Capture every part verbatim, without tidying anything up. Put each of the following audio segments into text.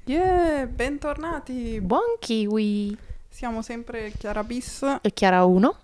Yeah, bentornati! Buon kiwi! Siamo sempre Chiara Bis E Chiara uno.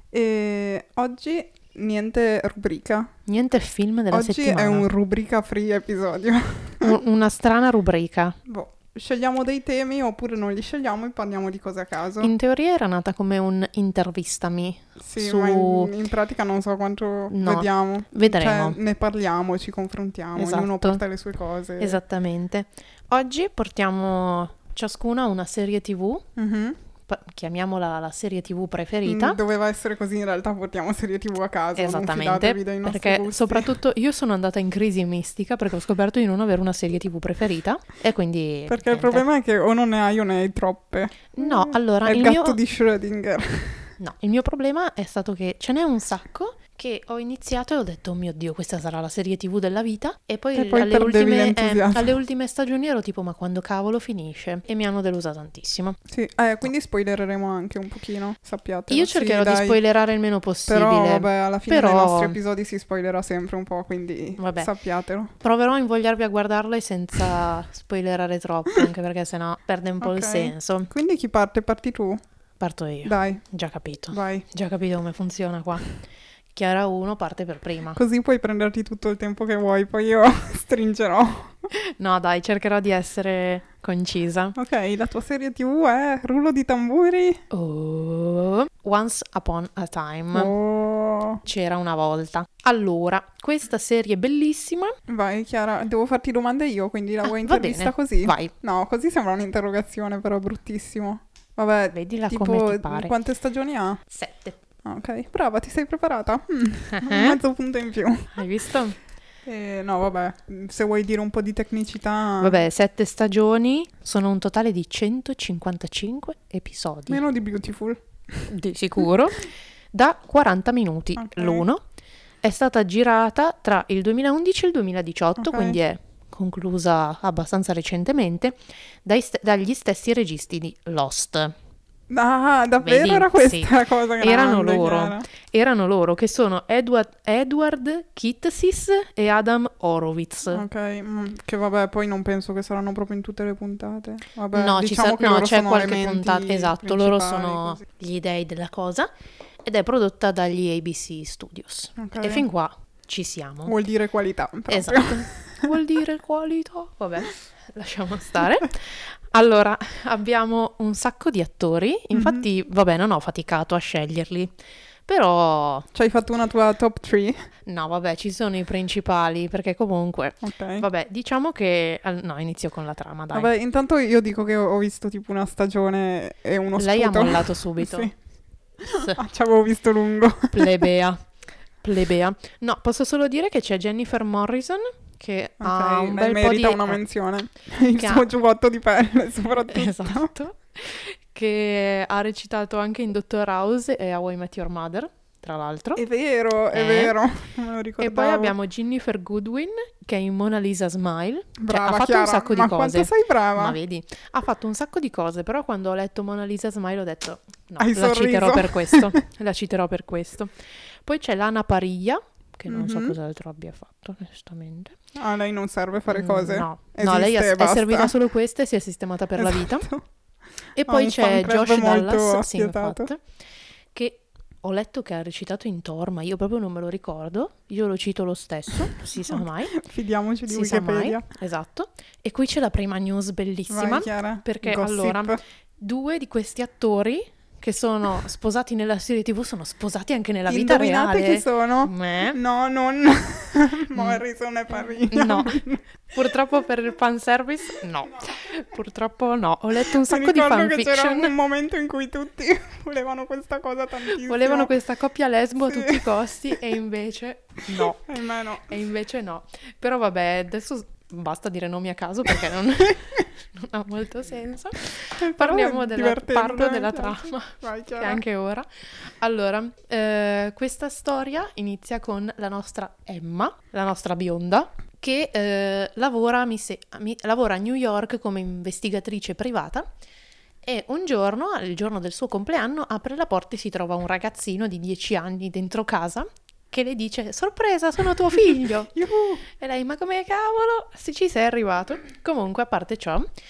e oggi niente rubrica. Niente film della Oggi settimana. è un rubrica free episodio. Un- una strana rubrica. Boh, scegliamo dei temi oppure non li scegliamo e parliamo di cose a caso. In teoria era nata come un intervistami. Sì, su... ma in, in pratica non so quanto No, vediamo. vedremo. Cioè, ne parliamo, ci confrontiamo, Esatto. ognuno porta le sue cose. Esattamente. Oggi portiamo ciascuna una serie tivù. Mhm. pa- chiamiamola la serie tivù preferita. Mm, Doveva essere così, in realtà portiamo serie tv a caso. Non Esattamente, fidatevi dei nostri perché gusti. soprattutto io sono andata in crisi mistica perché ho scoperto di non avere una serie tivù preferita e quindi Perché il niente. problema è che o non ne hai o ne hai troppe. No, allora È il il gatto mio di Schrödinger. No, il mio problema è stato che ce n'è un sacco che ho iniziato e ho detto, oh mio Dio, questa sarà la serie tivù della vita. E poi, E poi alle, perdevi ultime, eh, l'entusiasmo. alle ultime stagioni ero tipo, ma quando cavolo finisce? E mi hanno delusa tantissimo. Sì, eh, quindi spoilereremo anche un pochino, sappiate. Io cercherò di spoilerare il meno possibile. Però vabbè, alla fine Però- nei nostri episodi si spoilerà sempre un po', quindi Vabbè. sappiatelo. Proverò a invogliarvi a guardarle senza spoilerare troppo, anche perché sennò perde un po' il Ok. senso. Quindi chi parte? Parti tu? Parto io. Dai, Già capito. vai. Già capito come funziona qua. Chiara uno parte per prima. Così puoi prenderti tutto il tempo che vuoi, poi io stringerò. No, dai, cercherò di essere concisa. Ok, la tua serie tivù è Rullo di tamburi? Oh. Once Upon a Time. Oh. C'era una volta. Allora, questa serie bellissima. Vai Chiara, devo farti domande io, quindi la Ah, vuoi va intervista bene, così? vai. No, così sembra un'interrogazione, però è bruttissimo. Vabbè, Vedila tipo, come ti pare. quante stagioni ha? Sette. Ah, ok, brava, ti sei preparata? Mm, Eh? mezzo punto in più. Hai visto? Eh, no, vabbè, se vuoi dire un po' di tecnicità... Vabbè, sette stagioni. Sono un totale di centocinquantacinque episodi. Meno di Beautiful. Di sicuro. Da quaranta minuti Ok. l'uno. È stata girata tra il duemilaundici e il duemiladiciotto, Ok. quindi è conclusa abbastanza recentemente, dai st- dagli stessi registi di Lost. Ah, davvero Vedi? era questa Sì. la cosa grande, Erano loro. Chiara? Erano loro, che sono Edward, Edward Kitsis e Adam Horowitz. Ok, mm, che vabbè, poi non penso che saranno proprio in tutte le puntate. Vabbè, no, ci diciamo sa- che no, loro c'è sono qualche elementi puntata. Esatto, loro principali, sono così. gli dei della cosa. Ed è prodotta dagli A B C Studios. Ok. E fin qua ci siamo. Vuol dire qualità, proprio. Esatto. Vuol dire qualità. Vabbè, lasciamo stare. Allora, abbiamo un sacco di attori. Infatti, vabbè, non ho faticato a sceglierli. Però, Ci hai fatto una tua top tre? no, vabbè, ci sono i principali. Perché comunque, Ok. vabbè, diciamo che... al- No, inizio con la trama, dai. Vabbè, intanto io dico che ho ho visto tipo una stagione e uno Lei ha sputo. mollato subito. Sì. S- Ah, ci avevo visto lungo. Plebea. Plebea. No, posso solo dire che c'è Jennifer Morrison che ha Ok, un lei bel po' merita di... una eh, menzione. Il che suo ha- giubbotto di pelle, soprattutto. Esatto. Che ha recitato anche in Doctor House e How I Met Your Mother, tra l'altro. È vero, è Eh. vero. Non me lo E ricordavo. poi abbiamo Jennifer Goodwin che è in Mona Lisa Smile. Cioè, Brava, ha fatto Chiara, un sacco ma di cose. quanto sei brava? Ma vedi, ha fatto un sacco di cose, però quando ho letto Mona Lisa Smile ho detto no, Hai la citerò sorriso. per questo. La citerò per questo. Poi c'è Lana Parrilla, che non so Mhm. cos'altro abbia fatto, onestamente. Ah, lei non serve fare Mm, cose? No, Esiste no, lei e è, è basta. servita solo questa e si è sistemata per la vita. Esatto. E Ha poi un c'è fan club Josh molto Dallas, sì, affiatato. infatti, che ho letto che ha recitato in Thor, ma io proprio non me lo ricordo. Io lo cito lo stesso, si sa mai. Fidiamoci di Si sa mai, Wikipedia. esatto. E qui c'è la prima news bellissima, Vai, Chiara. perché Gossip. allora due di questi attori che sono sposati nella serie tivù sono sposati anche nella vita Indovinate reale. chi sono? Me? No, non Morrison e Parrilla. No, purtroppo per il fanservice no. Purtroppo no. Ho letto un Mi sacco di ricordo che c'era fanfiction. un momento in cui tutti volevano questa cosa tantissimo. Volevano questa coppia lesbo Sì. a tutti i costi e invece no. Ahimè no. E invece no. Però vabbè, adesso basta dire nomi a caso perché non, non ha molto senso. Però Parliamo è della, divertente, parlo mi della piace. trama, Vai, che Chiara. anche ora. Allora, eh, questa storia inizia con la nostra Emma, la nostra bionda, che eh, lavora, mi se- mi- lavora a New York come investigatrice privata. E un giorno, il giorno del suo compleanno, apre la porta e si trova un ragazzino di dieci anni dentro casa che le dice: sorpresa, sono tuo figlio. Yuhu. E lei: ma come cavolo, se ci sei arrivato? Comunque, a parte ciò,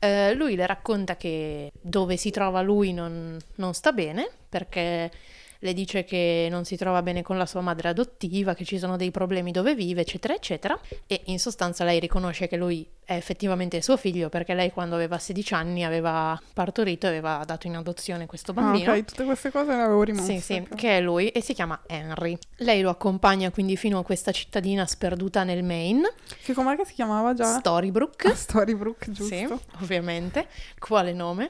Eh, lui le racconta che dove si trova lui non, non sta bene, perché le dice che non si trova bene con la sua madre adottiva, che ci sono dei problemi dove vive, eccetera, eccetera. E in sostanza lei riconosce che lui è effettivamente suo figlio, perché lei quando aveva sedici anni aveva partorito e aveva dato in adozione questo bambino. Ah, ok, tutte queste cose le avevo rimosse. Sì, sì, però. che è lui e si chiama Henry. Lei lo accompagna quindi fino a questa cittadina sperduta nel Maine, Che com'è che si chiamava già? Storybrooke. Ah, Storybrooke, giusto. Sì, ovviamente. Quale nome?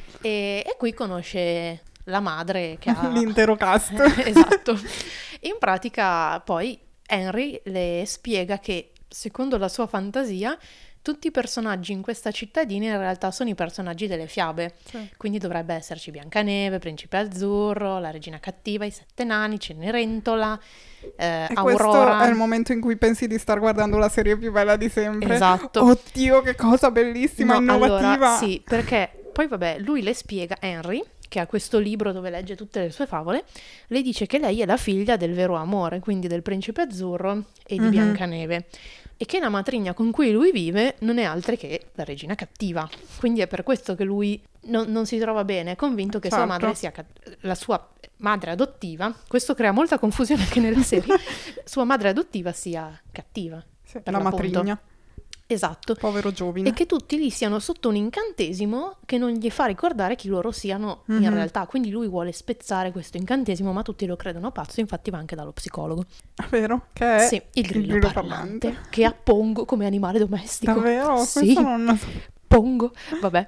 E, e qui conosce la madre che ha... L'intero cast. Esatto. In pratica poi Henry le spiega che, secondo la sua fantasia, tutti i personaggi in questa cittadina in realtà sono i personaggi delle fiabe. Sì. Quindi dovrebbe esserci Biancaneve, Principe Azzurro, la Regina Cattiva, i Sette Nani, Cenerentola, eh, E Aurora. questo è il momento in cui pensi di star guardando la serie più bella di sempre. Esatto. Oddio, che cosa bellissima, No, innovativa. allora, sì, perché poi vabbè, lui le spiega, Henry, che ha questo libro dove legge tutte le sue favole, le dice che lei è la figlia del vero amore, quindi del Principe Azzurro e di Mhm. Biancaneve, e che la matrigna con cui lui vive non è altra che la Regina Cattiva. Quindi è per questo che lui non, non si trova bene, è convinto che sua Certo. madre sia cat- la sua madre adottiva, questo crea molta confusione anche nella serie, sua madre adottiva sia cattiva. Sì, per la l'appunto. matrigna, Esatto. povero giovine. E che tutti lì siano sotto un incantesimo che non gli fa ricordare chi loro siano in Mhm. realtà. Quindi lui vuole spezzare questo incantesimo, ma tutti lo credono pazzo, infatti va anche dallo psicologo. Vero? Che è Sì, il grillo, parlante, che ha Pongo come animale domestico. Davvero? Sì, Questo non... Pongo. Vabbè.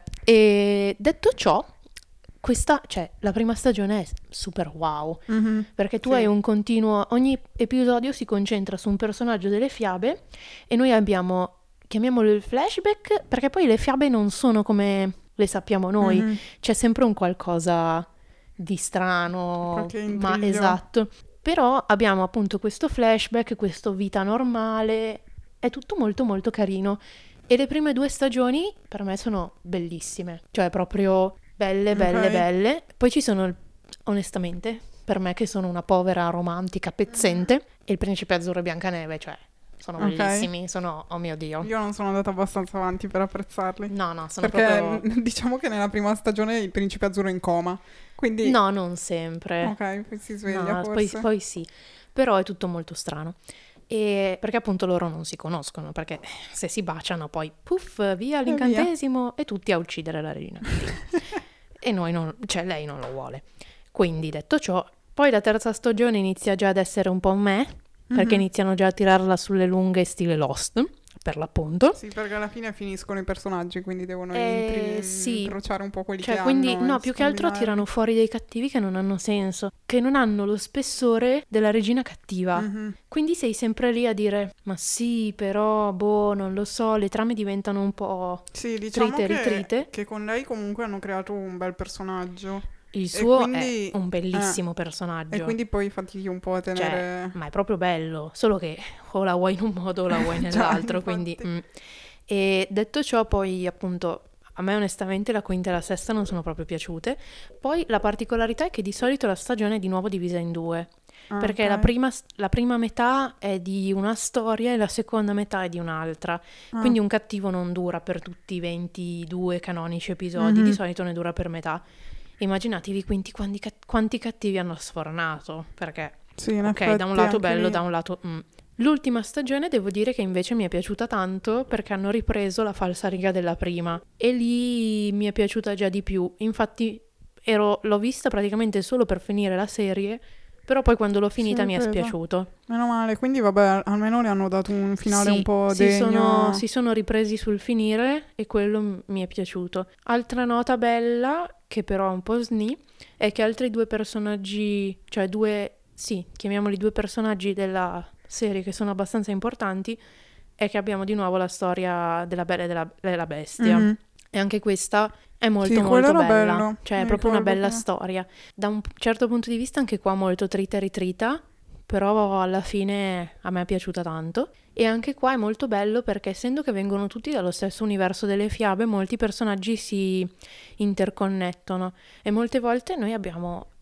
E detto ciò, questa, cioè, la prima stagione è super wow. Mhm. Perché tu Sì. hai un continuo, ogni episodio si concentra su un personaggio delle fiabe e noi abbiamo, chiamiamolo il flashback, perché poi le fiabe non sono come le sappiamo noi, Mhm. c'è sempre un qualcosa di strano, Qualche ma intriglio. esatto. Però abbiamo appunto questo flashback, questo vita normale, è tutto molto molto carino. E le prime due stagioni per me sono bellissime, cioè proprio belle, belle, Ok. belle. Poi ci sono, onestamente, per me che sono una povera romantica pezzente, e il Principe Azzurro e Biancaneve, cioè, sono Ok. bellissimi, sono, oh mio Dio. Io non sono andata abbastanza avanti per apprezzarli. No, no, sono Perché proprio... diciamo che nella prima stagione il principe azzurro è in coma. Quindi... No, non sempre. Ok, poi si sveglia No, poi, forse. poi sì, però è tutto molto strano. E perché appunto loro non si conoscono, perché se si baciano poi puff, via l'incantesimo e tutti a uccidere la regina. E noi non, cioè lei non lo vuole. Quindi detto ciò, poi la terza stagione inizia già ad essere un po' me, perché Mhm. iniziano già a tirarla sulle lunghe stile Lost, per l'appunto. Sì, perché alla fine finiscono i personaggi, quindi devono Eh, intri- sì. incrociare un po' quelli Cioè, che quindi, hanno. no, e più che altro scombinarli. tirano fuori dei cattivi che non hanno senso, che non hanno lo spessore della regina cattiva. Mhm. Quindi sei sempre lì a dire, ma sì, però, boh, non lo so, le trame diventano un po'... Sì, diciamo Trite, che, ritrite. che con lei comunque hanno creato un bel personaggio. Il suo quindi- è un bellissimo eh, personaggio. E quindi poi fatichi un po' a Cioè, tenere... ma è proprio bello, solo che o la vuoi in un modo o la vuoi nell'altro, quindi... infatti. mm. E detto ciò, poi appunto, a me onestamente la quinta e la sesta non sono proprio piaciute. Poi la particolarità è che di solito la stagione è di nuovo divisa in due, Ah, perché ok. la prima, la prima metà è di una storia e la seconda metà è di un'altra. Ah. Quindi un cattivo non dura per tutti i ventidue canonici episodi, Mhm. di solito ne dura per metà. Immaginatevi quanti, quanti, cat- quanti cattivi hanno sfornato, perché Sì, in ok, effetti da un lato anche bello, lì- da un lato... mm. L'ultima stagione devo dire che invece mi è piaciuta tanto perché hanno ripreso la falsariga della prima e lì mi è piaciuta già di più. Infatti ero, l'ho vista praticamente solo per finire la serie, però poi quando l'ho finita mi è ripresa. spiaciuto. Meno male, quindi vabbè, almeno le hanno dato un finale Sì, un po' si degno. sono, si sono ripresi sul finire e quello m- mi è piaciuto. Altra nota bella, che però è un po' sni, è che altri due personaggi, cioè due, sì, chiamiamoli due personaggi della serie che sono abbastanza importanti, è che abbiamo di nuovo la storia della Bella e della, della Bestia. Mhm. E anche questa è molto Sì, quello molto era bella, bello, cioè è mi proprio una ricordo bella che- storia. Da un certo punto di vista anche qua molto trita e ritrita, però alla fine a me è piaciuta tanto. E anche qua è molto bello perché essendo che vengono tutti dallo stesso universo delle fiabe, molti personaggi si interconnettono e molte volte noi abbiamo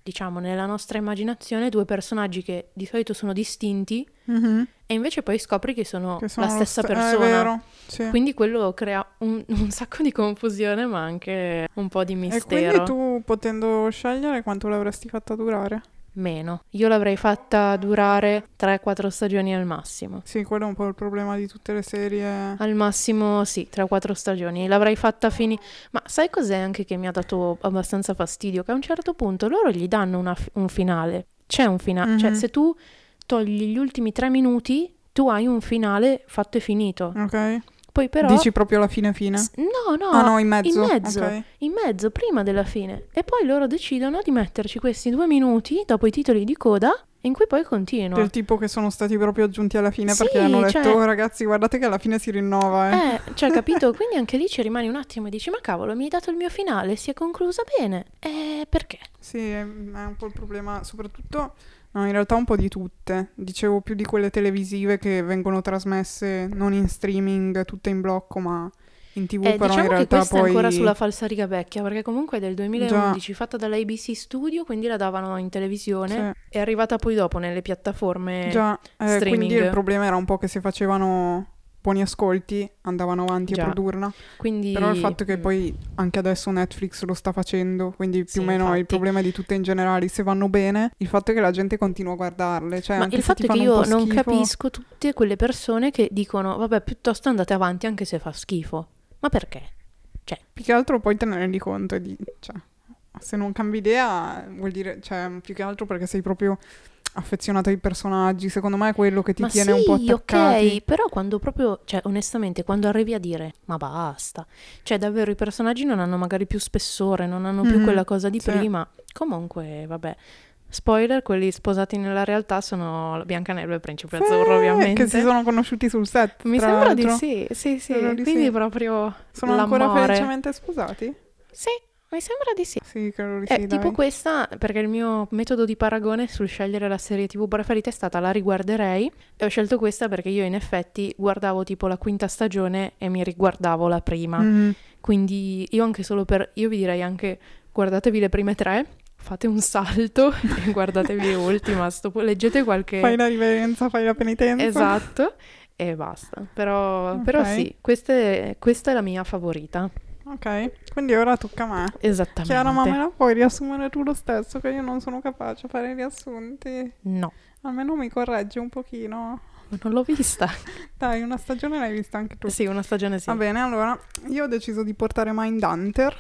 diciamo, nella nostra immaginazione due personaggi che di solito sono distinti Mhm. e invece poi scopri che sono, Che sono la lo stessa st- eh, persona. È vero, sì. Quindi quello crea un, un sacco di confusione, ma anche un po' di E mistero. quindi tu, potendo scegliere, quanto l'avresti fatta durare? Meno. Io l'avrei fatta durare tre quattro stagioni al massimo. Sì, quello è un po' il problema di tutte le serie. Al massimo sì, tre quattro stagioni. L'avrei fatta finire. Ma sai cos'è anche che mi ha dato abbastanza fastidio? Che a un certo punto loro gli danno una fi- un finale. C'è un finale. Cioè, Mhm. se tu togli gli ultimi tre minuti, tu hai un finale fatto e finito. Ok. Poi però... Dici proprio la fine fine? S- No, no, Ah no, in mezzo. in mezzo, Ok. in mezzo, prima della fine. E poi loro decidono di metterci questi due minuti dopo i titoli di coda, in cui poi continua. Del tipo che sono stati proprio aggiunti alla fine Sì, perché hanno detto, cioè- "Oh, ragazzi, guardate che alla fine si rinnova, eh. Eh, cioè, capito? Quindi anche lì ci rimani un attimo e dici, ma cavolo, mi hai dato il mio finale, si è conclusa bene. Eh, perché? Sì, è, è un po' il problema, soprattutto, no, in realtà un po' di tutte. Dicevo più di quelle televisive che vengono trasmesse non in streaming, tutte in blocco, ma in tv, Eh, però diciamo in che realtà questa poi... è ancora sulla falsariga vecchia, perché comunque è del duemilaundici, Già, fatta dall'A B C Studio, quindi la davano in televisione. sì, È arrivata poi dopo nelle piattaforme già. Eh, streaming. quindi il problema era un po' che se facevano buoni ascolti andavano avanti a Già. produrla. Quindi... Però il fatto che mm, poi anche adesso Netflix lo sta facendo, quindi più Sì, o meno infatti. il problema è di tutte in generale, se vanno bene, il fatto è che la gente continua a guardarle, cioè Ma anche il se fatto ti è che fanno un io po' non schifo... capisco tutte quelle persone che dicono, vabbè, piuttosto andate avanti anche se fa schifo. Ma perché? Cioè, Più che altro poi te ne rendi conto e di... cioè, se non cambi idea vuol dire, cioè, più che altro perché sei proprio affezionato ai personaggi, secondo me è quello che ti ma tiene sì, un po' attaccati. ok, però quando proprio, cioè, onestamente, quando arrivi a dire, ma basta, cioè, davvero i personaggi non hanno magari più spessore, non hanno più Mhm, quella cosa di sì. prima. Comunque, vabbè. Spoiler, quelli sposati nella realtà sono Biancaneve e il Principe Azzurro, Eh, ovviamente. che si sono conosciuti sul set, Mi tra sembra di l'altro. sì, sì, sì. Spero di Quindi sì. proprio Sono ancora l'amore. felicemente sposati? Sì, mi sembra di sì. Sì, credo di Eh, sì, tipo dai. questa, perché il mio metodo di paragone sul scegliere la serie tivù preferita è stata la riguarderei e ho scelto questa perché io in effetti guardavo tipo la quinta stagione e mi riguardavo la prima. Mhm. Quindi io anche solo per... io vi direi anche guardatevi le prime tre, fate un salto e guardatevi l'ultima, sto- leggete qualche... Fai la riverenza, fai la penitenza. Esatto, e basta. Però, però Ok. sì, questa è, questa è la mia favorita. Ok, quindi ora tocca a me. Esattamente. Chiara, ma me la puoi riassumere tu lo stesso, che io non sono capace a fare i riassunti. No, Almeno mi correggi un pochino. non l'ho vista. Dai, una stagione l'hai vista anche tu. Sì, una stagione sì. Va bene, allora, io ho deciso di portare Mindhunter,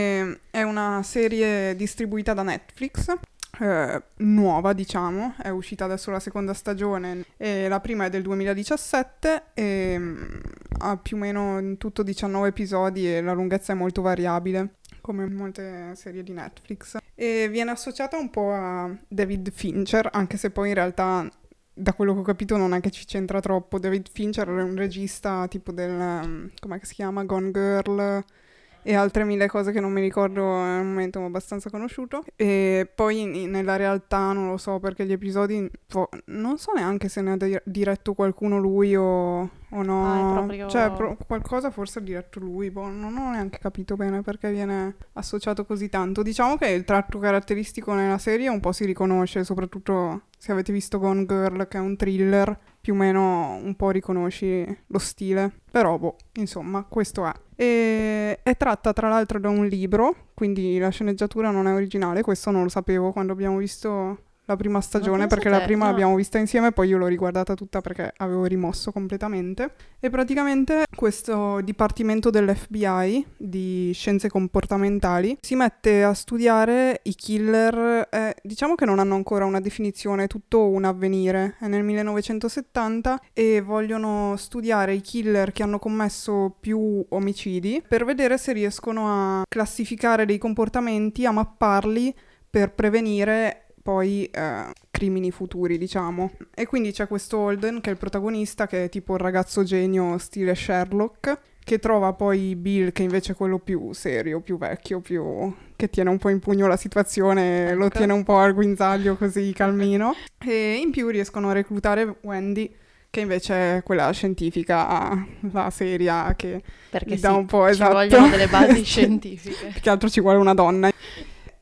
e è una serie distribuita da Netflix, eh, nuova diciamo, è uscita adesso la seconda stagione, e la prima è del duemiladiciassette e mm, ha più o meno in tutto diciannove episodi e la lunghezza è molto variabile, come molte serie di Netflix. E viene associata un po' a David Fincher, anche se poi in realtà... Da quello che ho capito non è che ci c'entra troppo. David Fincher è un regista tipo del... um, com'è che si chiama? Gone Girl e altre mille cose che non mi ricordo al momento, ma abbastanza conosciuto. E poi in- nella realtà non lo so perché gli episodi... fo- non so neanche se ne ha di- diretto qualcuno lui o, o no. Ah, è proprio- Cioè pro- qualcosa forse ha diretto lui, boh, non ho neanche capito bene perché viene associato così tanto. Diciamo che il tratto caratteristico nella serie un po' si riconosce, soprattutto se avete visto Gone Girl, che è un thriller, più o meno un po' riconosci lo stile. Però, boh, insomma, questo è. E è tratta tra l'altro da un libro, quindi la sceneggiatura non è originale, questo non lo sapevo quando abbiamo visto la prima stagione, pensa perché te, la prima no. l'abbiamo vista insieme, poi io l'ho riguardata tutta perché avevo rimosso completamente. E praticamente questo dipartimento dell'F B I di scienze comportamentali si mette a studiare i killer, eh, diciamo che non hanno ancora una definizione, è tutto un avvenire, è nel millenovecentosettanta e vogliono studiare i killer che hanno commesso più omicidi per vedere se riescono a classificare dei comportamenti, a mapparli per prevenire poi eh, crimini futuri, diciamo. E quindi c'è questo Holden che è il protagonista, che è tipo il ragazzo genio stile Sherlock, che trova poi Bill, che invece è quello più serio, più vecchio, più... che tiene un po' in pugno la situazione, lo Ecco. tiene un po' al guinzaglio così calmino. E in più riescono a reclutare Wendy, che invece è quella scientifica, la seria, che Perché gli dà sì, un po', ci esatto. vogliono delle basi Sì. scientifiche. Più che altro ci vuole una donna.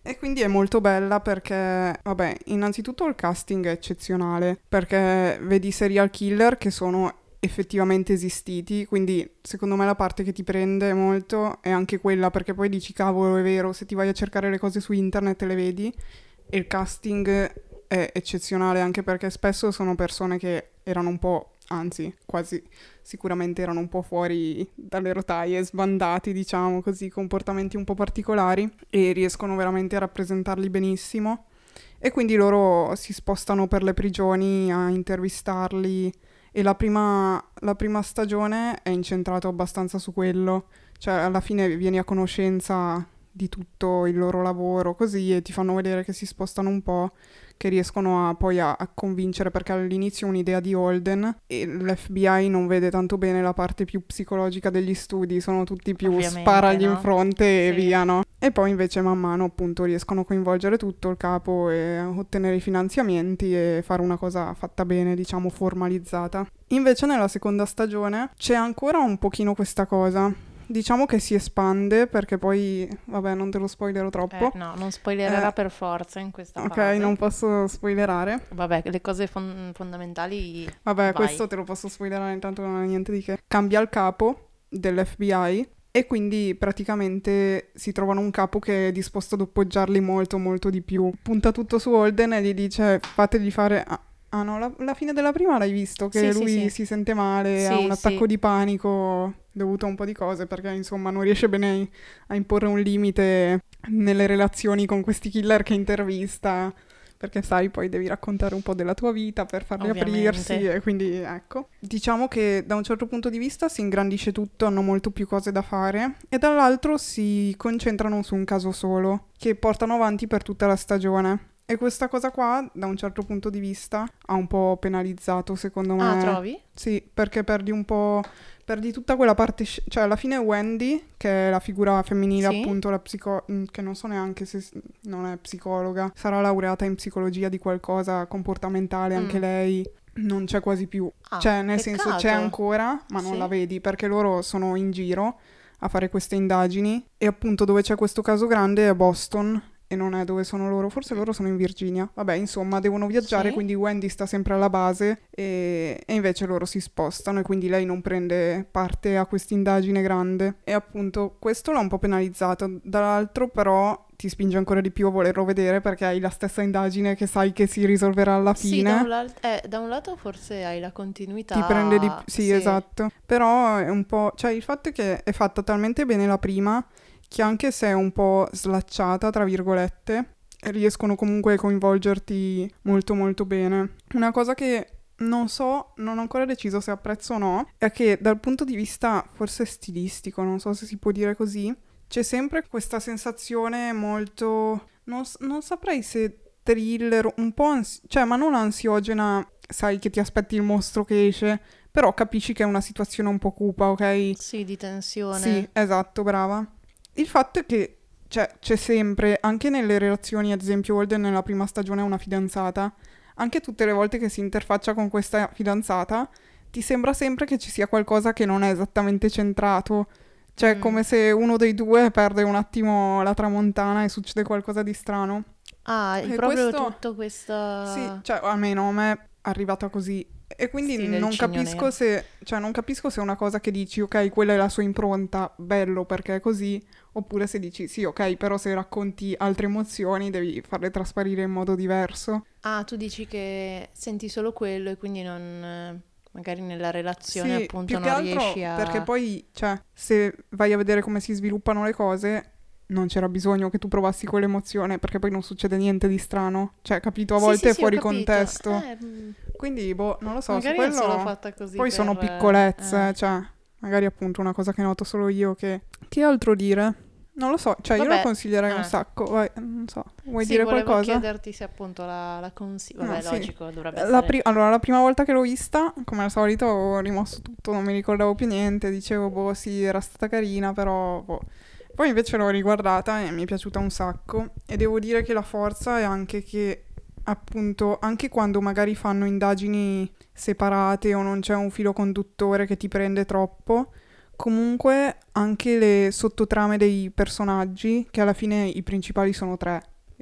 E quindi è molto bella perché, vabbè, innanzitutto il casting è eccezionale, perché vedi serial killer che sono effettivamente esistiti, quindi secondo me la parte che ti prende molto è anche quella, perché poi dici, cavolo, è vero, se ti vai a cercare le cose su internet le vedi, e il casting è eccezionale anche perché spesso sono persone che erano un po', anzi, quasi sicuramente erano un po' fuori dalle rotaie, sbandati, diciamo così, comportamenti un po' particolari e riescono veramente a rappresentarli benissimo. E quindi loro si spostano per le prigioni a intervistarli e la prima, la prima stagione è incentrata abbastanza su quello, cioè alla fine vieni a conoscenza di tutto il loro lavoro così e ti fanno vedere che si spostano un po', che riescono a, poi a, a convincere, perché all'inizio è un'idea di Holden e l'F B I non vede tanto bene la parte più psicologica degli studi, sono tutti più Ovviamente, sparagli no? in fronte e Sì. via, no? E poi invece man mano appunto riescono a coinvolgere tutto il capo e a ottenere i finanziamenti e fare una cosa fatta bene, diciamo formalizzata. Invece nella seconda stagione c'è ancora un pochino questa cosa. Diciamo che si espande perché poi, vabbè, non te lo spoilerò troppo. Eh, no, non spoilererà Eh, per forza in questa Ok, fase. non posso spoilerare. Vabbè, le cose fon- fondamentali, Vabbè, vai. questo te lo posso spoilerare, intanto non ha niente di che. Cambia il capo dell'F B I e quindi praticamente si trovano un capo che è disposto ad appoggiarli molto molto di più. Punta tutto su Holden e gli dice fategli fare... Ah, ah no, la, la fine della prima l'hai visto, che Sì, sì, lui sì. si sente male, ha Sì, un attacco sì. di panico dovuto a un po' di cose perché insomma non riesce bene a imporre un limite nelle relazioni con questi killer che intervista. Perché sai, poi devi raccontare un po' della tua vita per farli Ovviamente. aprirsi e quindi ecco. Diciamo che da un certo punto di vista si ingrandisce tutto, hanno molto più cose da fare e dall'altro si concentrano su un caso solo che portano avanti per tutta la stagione. E questa cosa qua, da un certo punto di vista, ha un po' penalizzato, secondo me. Ah, trovi? Sì, perché perdi un po'... Perdi tutta quella parte... sci- Cioè, alla fine Wendy, che è la figura femminile, Sì. appunto, la psico... mm, che non so neanche se s- non è psicologa, sarà laureata in psicologia di qualcosa comportamentale, anche Mm. lei. Non c'è quasi più. Ah, Cioè, nel senso, c'è peccato. ancora, ma non Sì. la vedi, perché loro sono in giro a fare queste indagini. E appunto dove c'è questo caso grande è Boston. E non è dove sono loro, forse loro sono in Virginia. Vabbè, insomma, devono viaggiare, Sì. quindi Wendy sta sempre alla base e, e invece loro si spostano e quindi lei non prende parte a questa indagine grande. E appunto questo l'ha un po' penalizzato. Dall'altro però ti spinge ancora di più a volerlo vedere perché hai la stessa indagine che sai che si risolverà alla Sì, da un, fine. lal- eh, da un lato forse hai la continuità. Ti prende di più. Sì, Sì. esatto. Però è un po'... Cioè il fatto è che è fatta talmente bene la prima che anche se è un po' slacciata, tra virgolette, riescono comunque a coinvolgerti molto molto bene. Una cosa che non so, non ho ancora deciso se apprezzo o no, è che dal punto di vista forse stilistico, non so se si può dire così, c'è sempre questa sensazione molto... Non, s- non saprei se thriller, un po' ansi- cioè ma non ansiogena, sai che ti aspetti il mostro che esce, però capisci che è una situazione un po' cupa, ok? Sì, di tensione. Sì, esatto, brava. Il fatto è che cioè, c'è sempre, anche nelle relazioni, ad esempio Holden nella prima stagione ha una fidanzata, anche tutte le volte che si interfaccia con questa fidanzata, ti sembra sempre che ci sia qualcosa che non è esattamente centrato. Cioè, Mm. come se uno dei due perde un attimo la tramontana e succede qualcosa di strano. Ah, è E proprio questo- tutto questo... Sì, cioè, almeno a me è arrivata così. E quindi Stile il non cigno capisco nero. se, cioè, non capisco se è una cosa che dici, ok, quella è la sua impronta, bello perché è così, oppure se dici, sì, ok, però se racconti altre emozioni devi farle trasparire in modo diverso. Ah, tu dici che senti solo quello e quindi non... eh, magari nella relazione Sì, appunto più non che altro riesci a... perché poi, cioè, se vai a vedere come si sviluppano le cose, non c'era bisogno che tu provassi quell'emozione, perché poi non succede niente di strano. Cioè, capito, a Sì, volte sì, è sì, ho fuori capito. contesto. Eh, mm, Quindi, boh, non lo so, su magari è solo quello... fatta così Poi per... sono piccolezze, eh. cioè, magari appunto una cosa che noto solo io che... Che altro dire? Non lo so, cioè io Vabbè, lo consiglierei un eh. sacco, vai, non so, vuoi Sì, dire volevo qualcosa? chiederti se appunto la, la consigli... No, Vabbè, sì. logico, dovrebbe La essere... pri- allora, la prima volta che l'ho vista, come al solito, ho rimosso tutto, non mi ricordavo più niente, dicevo, boh, sì, era stata carina, però, boh. Poi invece l'ho riguardata e mi è piaciuta un sacco e devo dire che la forza è anche che, appunto, anche quando magari fanno indagini separate o non c'è un filo conduttore che ti prende troppo, comunque anche le sottotrame dei personaggi, che alla fine i principali sono tre,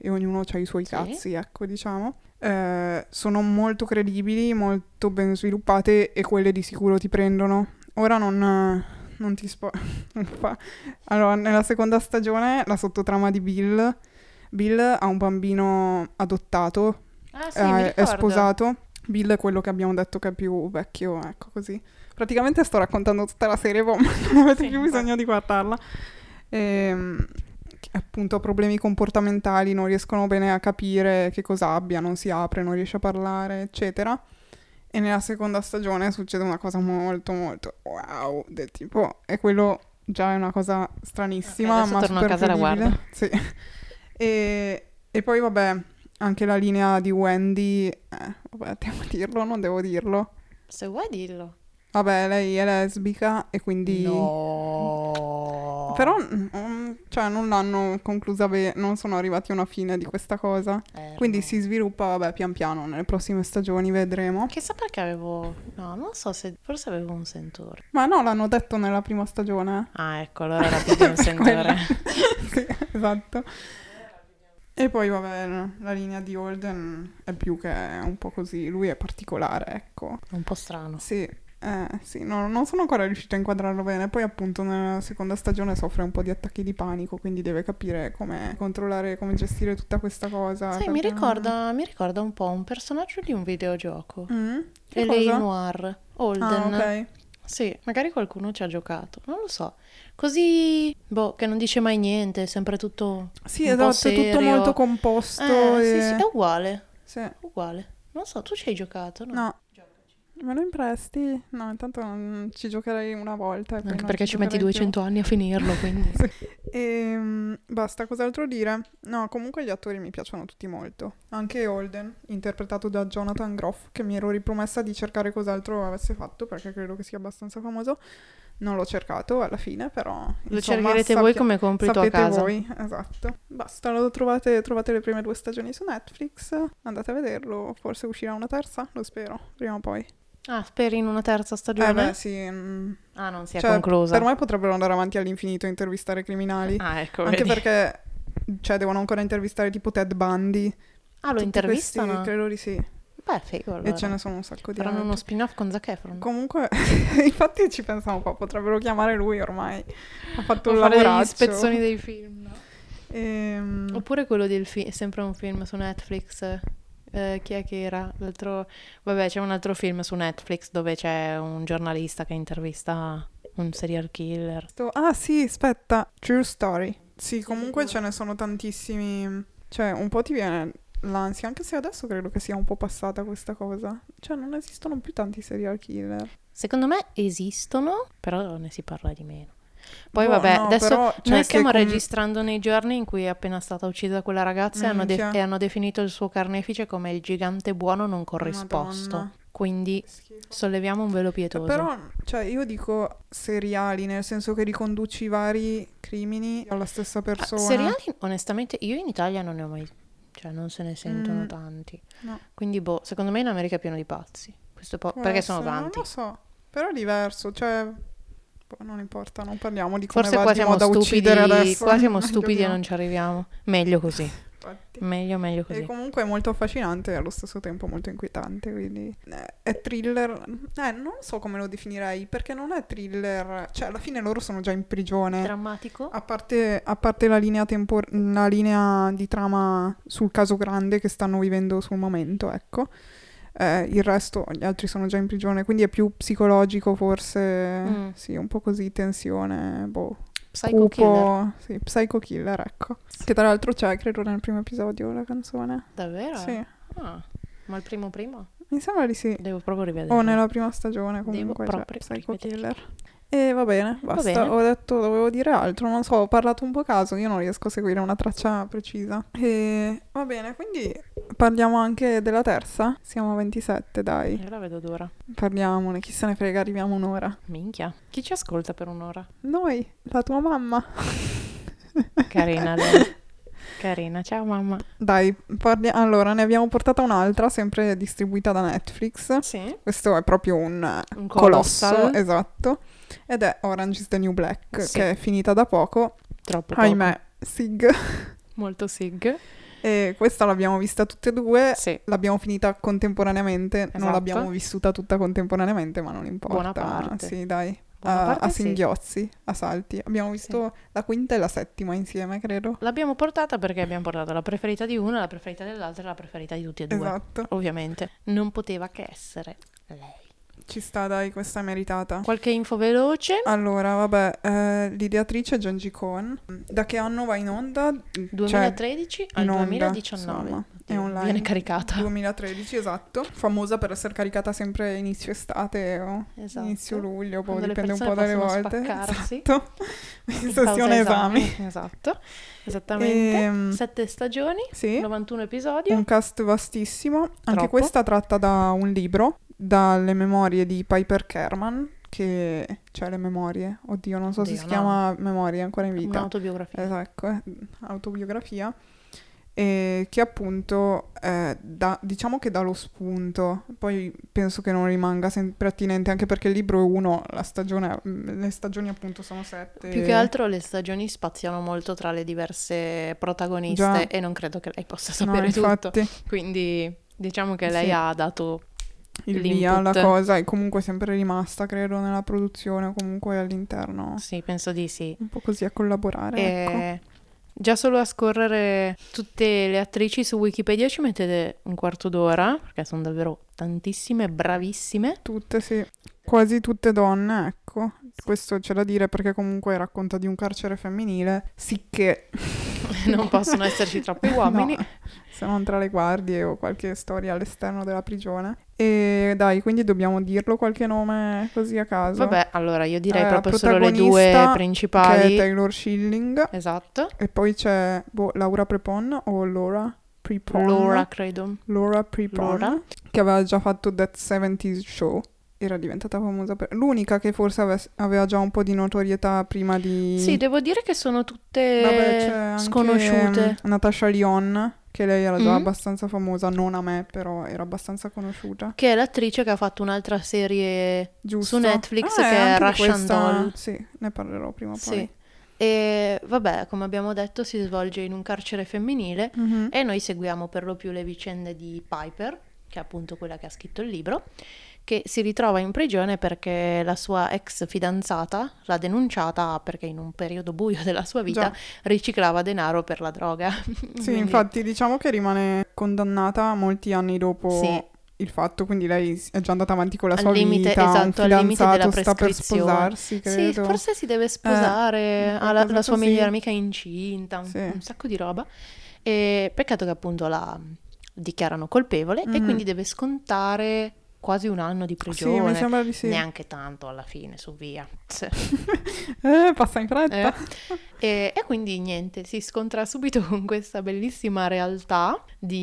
e ognuno ha i suoi Sì. cazzi, ecco, diciamo. Eh, sono molto credibili, molto ben sviluppate e quelle di sicuro ti prendono. Ora non, non ti spo... non fa- Allora, nella seconda stagione la sottotrama di Bill. Bill ha un bambino adottato, Ah sì, mi eh, è ricordo. sposato. Bill è quello che abbiamo detto che è più vecchio, ecco così. Praticamente sto raccontando tutta la serie, ma non avete Sì, più bisogno di guardarla. Ehm, che appunto ha problemi comportamentali, non riescono bene a capire che cosa abbia, non si apre, non riesce a parlare, eccetera. E nella seconda stagione succede una cosa molto molto wow, del tipo, e quello già è una cosa stranissima, Ok, adesso ma torno a super casa e la credibile. guardo. Sì. E, e poi vabbè, anche la linea di Wendy, eh, vabbè, devo dirlo, non devo dirlo. Se vuoi dillo. Vabbè, lei è lesbica e quindi... No. Però, mm, cioè, non l'hanno conclusa bene, non sono arrivati a una fine di questa cosa. Eh, Quindi no. si sviluppa, vabbè, pian piano, nelle prossime stagioni vedremo. Chissà perché avevo... No, non so se... Forse avevo un sentore. Ma no, l'hanno detto nella prima stagione. Ah, ecco, allora era più di un Per quello. sentore. Sì, esatto. E poi, vabbè, la linea di Holden è più che un po' così. Lui è particolare, ecco. Un po' strano. Sì, eh, sì, no, non sono ancora riuscita a inquadrarlo bene. Poi, appunto, nella seconda stagione soffre un po' di attacchi di panico, quindi deve capire come controllare, come gestire tutta questa cosa. Sai, mi perché- ricorda, mi ricorda un po' un personaggio di un videogioco. Mm? Che L A. cosa? Noir. Holden. Ah, ok. Sì, magari qualcuno ci ha giocato, non lo so. Così, boh, che non dice mai niente, è sempre tutto Sì, un po' esatto, è tutto serio. molto composto. Eh, sì, e... sì, è uguale, Sì. uguale. Non so, tu ci hai giocato, no? No. Me lo impresti? No, intanto non ci giocherei una volta. E poi Anche non perché ci metti giocherei più. duecento anni a finirlo, quindi... E basta, cos'altro dire? No, comunque gli attori mi piacciono tutti molto. Anche Holden, interpretato da Jonathan Groff, che mi ero ripromessa di cercare cos'altro avesse fatto, perché credo che sia abbastanza famoso. Non l'ho cercato alla fine, però... Lo insomma, cercherete voi sappia- come compito a sapete casa. voi, esatto. Basta, lo trovate, trovate le prime due stagioni su Netflix, andate a vederlo, forse uscirà una terza, lo spero, prima o poi. Ah, speri in una terza stagione? Eh beh, sì. mm. Ah, non si è Cioè, conclusa. per me potrebbero andare avanti all'infinito a intervistare criminali. Ah, ecco, Anche vedi. perché, cioè, devono ancora intervistare tipo Ted Bundy. Ah, lo Tutti intervistano? questi, credo di sì. Beh, figo, allora. E ce ne sono un sacco di Faranno uno altri. spin-off con Zac Efron. Comunque, infatti ci pensavo qua, potrebbero chiamare lui ormai. Ha fatto O un fare degli lavoraccio. spezzoni dei film, no? Ehm, Oppure quello del film, sempre un film su Netflix. Eh, chi è che era? L'altro... Vabbè, c'è un altro film su Netflix dove c'è un giornalista che intervista un serial killer. sto- Ah sì, aspetta, True Story. Sì, comunque ce ne sono tantissimi. Cioè, un po' ti viene l'ansia, anche se adesso credo che sia un po' passata questa cosa. Cioè, non esistono più tanti serial killer. Secondo me esistono, però ne si parla di meno. Poi Boh, vabbè, no, adesso però, cioè, noi se stiamo com- registrando nei giorni in cui è appena stata uccisa quella ragazza e hanno, de- Minchia. e hanno definito il suo carnefice come il gigante buono non corrisposto. Madonna. Quindi Schifo. solleviamo un velo pietoso. Però, cioè, io dico seriali, nel senso che riconduci i vari crimini alla stessa Ah, persona. seriali, onestamente, io in Italia non ne ho mai... Cioè, non se ne sentono Mm. tanti. No. Quindi, boh, secondo me in America è pieno di pazzi. Questo po- Può perché sono essere, tanti. Non lo so, però è diverso, cioè... boh, non importa, non parliamo di come Forse va qua di siamo moda stupidi, uccidere adesso. qua siamo Meglio stupidi di e no. non ci arriviamo. Meglio così. Infatti. Meglio, meglio E così. comunque è molto affascinante e allo stesso tempo molto inquietante, quindi eh, è thriller, eh, non so come lo definirei, perché non è thriller, cioè alla fine loro sono già in prigione, Drammatico? a parte, a parte la linea tempor- la linea di trama sul caso grande che stanno vivendo sul momento, ecco. Eh, il resto, gli altri sono già in prigione, quindi è più psicologico forse, Mm. sì, un po' così, tensione, boh. Psycho Killer. Cupo, sì, Psycho Killer, ecco. Che tra l'altro c'è, credo, nel primo episodio la canzone. Davvero? Sì, Ah, ma il primo primo? mi sembra di sì. Devo proprio rivederlo. O nella prima stagione Devo comunque c'è proprio Psycho rivederlo. Killer. E va bene, basta. bene. Ho detto, dovevo dire altro, non so, ho parlato un po' a caso, io non riesco a seguire una traccia precisa. E va bene, quindi parliamo anche della terza? Siamo a ventisette, dai. Io la vedo d'ora. Parliamone, chi se ne frega, arriviamo un'ora. Minchia. Chi ci ascolta per un'ora? Noi, la tua mamma. Carina lei. Carina, ciao mamma. Dai, parli- allora ne abbiamo portata un'altra, sempre distribuita da Netflix. Sì. Questo è proprio un, eh, Un colosso, colossal. esatto. Ed è Orange is the New Black, Sì. che è finita da poco. Troppo poco. Ahimè, Sig. Molto sig. E questa l'abbiamo vista tutte e due, Sì. l'abbiamo finita contemporaneamente, non Esatto. l'abbiamo vissuta tutta contemporaneamente, ma non importa. Buona parte. Sì, dai. Buona A, parte a sì. singhiozzi, a salti. Abbiamo visto la quinta e la settima insieme, credo. L'abbiamo portata perché abbiamo portato la preferita di una, la preferita dell'altra e la preferita di tutti e due. Esatto. Ovviamente. Non poteva che essere lei. Ci sta, dai, questa è meritata. Qualche info veloce? Allora, vabbè, eh, l'ideatrice è Jenji Cohen. Da che anno va in onda? Cioè, duemilatredici al in onda, duemiladiciannove. insomma, è Oddio, online. Viene caricata. duemilatredici, esatto. Famosa per essere caricata sempre inizio estate o Esatto. inizio luglio, poi Quando le dipende un po' persone dalle possono volte. spaccarsi. Esatto. In In sessione pausa esami. Esatto. Esattamente. Ehm, Sette stagioni, Sì, novantuno episodi. un cast vastissimo. Anche Troppo. questa tratta da un libro, dalle memorie di Piper Kerman, che... cioè le memorie, oddio, non so se Oddio, si no. chiama memorie, è ancora in vita. Un'autobiografia. Esatto, eh, autobiografia, e che appunto eh, dà- diciamo che dà lo spunto, poi penso che non rimanga sempre attinente, anche perché il libro è uno, la stagione, le stagioni appunto sono sette. Più che altro le stagioni spaziano molto tra le diverse protagoniste Già. e non credo che lei possa No, sapere tutto. infatti, Quindi diciamo che lei Sì. ha dato il via, la l'input. cosa è comunque sempre rimasta, credo, nella produzione o comunque all'interno, Sì, penso di sì. un po' così a collaborare, ecco. E già solo a scorrere tutte le attrici su Wikipedia ci mettete un quarto d'ora, perché sono davvero tantissime, bravissime. Tutte, sì, quasi tutte donne, ecco. Questo c'è da dire perché comunque racconta di un carcere femminile, sicché Non possono esserci troppi uomini. No, se non tra le guardie o qualche storia all'esterno della prigione. E dai, quindi dobbiamo dirlo qualche nome così a caso. Vabbè, allora io direi Eh, proprio solo le due protagonista, che principali. è Taylor Schilling, Esatto. e poi c'è boh, Laura Prepon o Laura Prepon. Laura, credo. Laura Prepon, Laura. che aveva già fatto That seventies Show. Era diventata famosa per... L'unica che forse ave- aveva già un po' di notorietà prima di... Sì, devo dire che sono tutte Vabbè, c'è anche sconosciute. mm, Natasha Lyonne, che lei era già Mm. abbastanza famosa, non a me, però era abbastanza conosciuta. Che è l'attrice che ha fatto un'altra serie Giusto. su Netflix Ah, che è anche di Russian questa- Doll. Sì, ne parlerò prima o Sì. poi. E vabbè, come abbiamo detto, si svolge in un carcere femminile Mhm. e noi seguiamo per lo più le vicende di Piper, che è appunto quella che ha scritto il libro, che si ritrova in prigione perché la sua ex fidanzata l'ha denunciata perché in un periodo buio della sua vita Già. riciclava denaro per la droga. Sì, Quindi- infatti diciamo che rimane condannata molti anni dopo Sì. il fatto, quindi lei è già andata avanti con la Al sua limite- vita, esatto, un al limite della fidanzato sta per prescrizione. sposarsi, Sì, credo. forse si deve sposare, Eh, ha la, qualcosa la sua così. migliore amica è incinta, un, Sì. un sacco di roba. E peccato che appunto la dichiarano colpevole e Mhm. quindi deve scontare quasi un anno di Sì, prigione. mi sembra di sì. Neanche tanto alla fine, su via. Sì. Eh, passa in fretta. E, e quindi niente, si scontra subito con questa bellissima realtà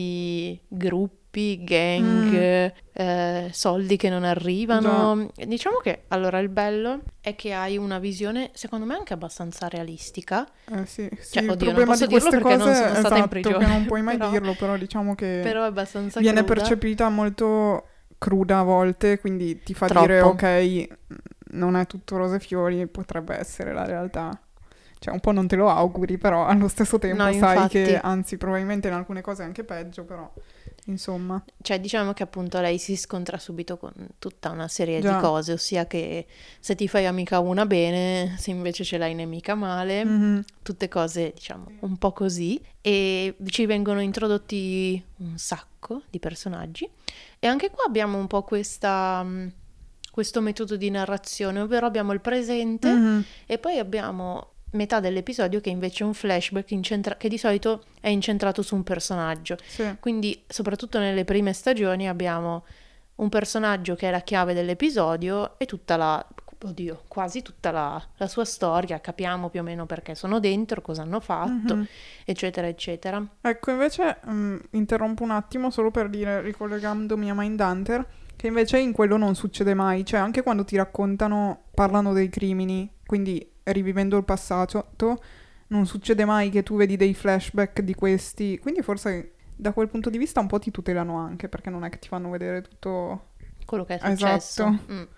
di gruppi, gang, Mm. eh, soldi che non arrivano. Diciamo che allora il bello è che hai una visione, secondo me, anche abbastanza realistica. Eh, sì, sì, Cioè, il oddio, non problema posso di dirlo queste perché non cose sono stata in esatto, prigione, che non puoi mai però- dirlo, però diciamo che Però è abbastanza viene cruda. percepita molto cruda a volte, quindi ti fa Troppo. dire ok, non è tutto rose e fiori, potrebbe essere la realtà. Cioè un po' non te lo auguri, però allo stesso tempo No, sai infatti. che anzi probabilmente in alcune cose è anche peggio, però insomma. Cioè, diciamo che appunto lei si scontra subito con tutta una serie Già. di cose, ossia che se ti fai amica una bene, se invece ce l'hai nemica male, Mhm. tutte cose, diciamo, un po' così. E ci vengono introdotti un sacco di personaggi. E anche qua abbiamo un po' questa, mh, questo metodo di narrazione, ovvero abbiamo il presente Mhm. e poi abbiamo metà dell'episodio che invece è un flashback incentra- che di solito è incentrato su un personaggio. Sì. Quindi, soprattutto nelle prime stagioni, abbiamo un personaggio che è la chiave dell'episodio e tutta la, oddio, quasi tutta la, la sua storia, capiamo più o meno perché sono dentro, cosa hanno fatto, Mhm. eccetera, eccetera. Ecco, invece mm, interrompo un attimo solo per dire, ricollegandomi a Mindhunter, che invece in quello non succede mai, cioè anche quando ti raccontano, parlano dei crimini, quindi rivivendo il passato, non succede mai che tu vedi dei flashback di questi, quindi forse da quel punto di vista un po' ti tutelano anche, perché non è che ti fanno vedere tutto... Quello che è successo. Esatto. Mm.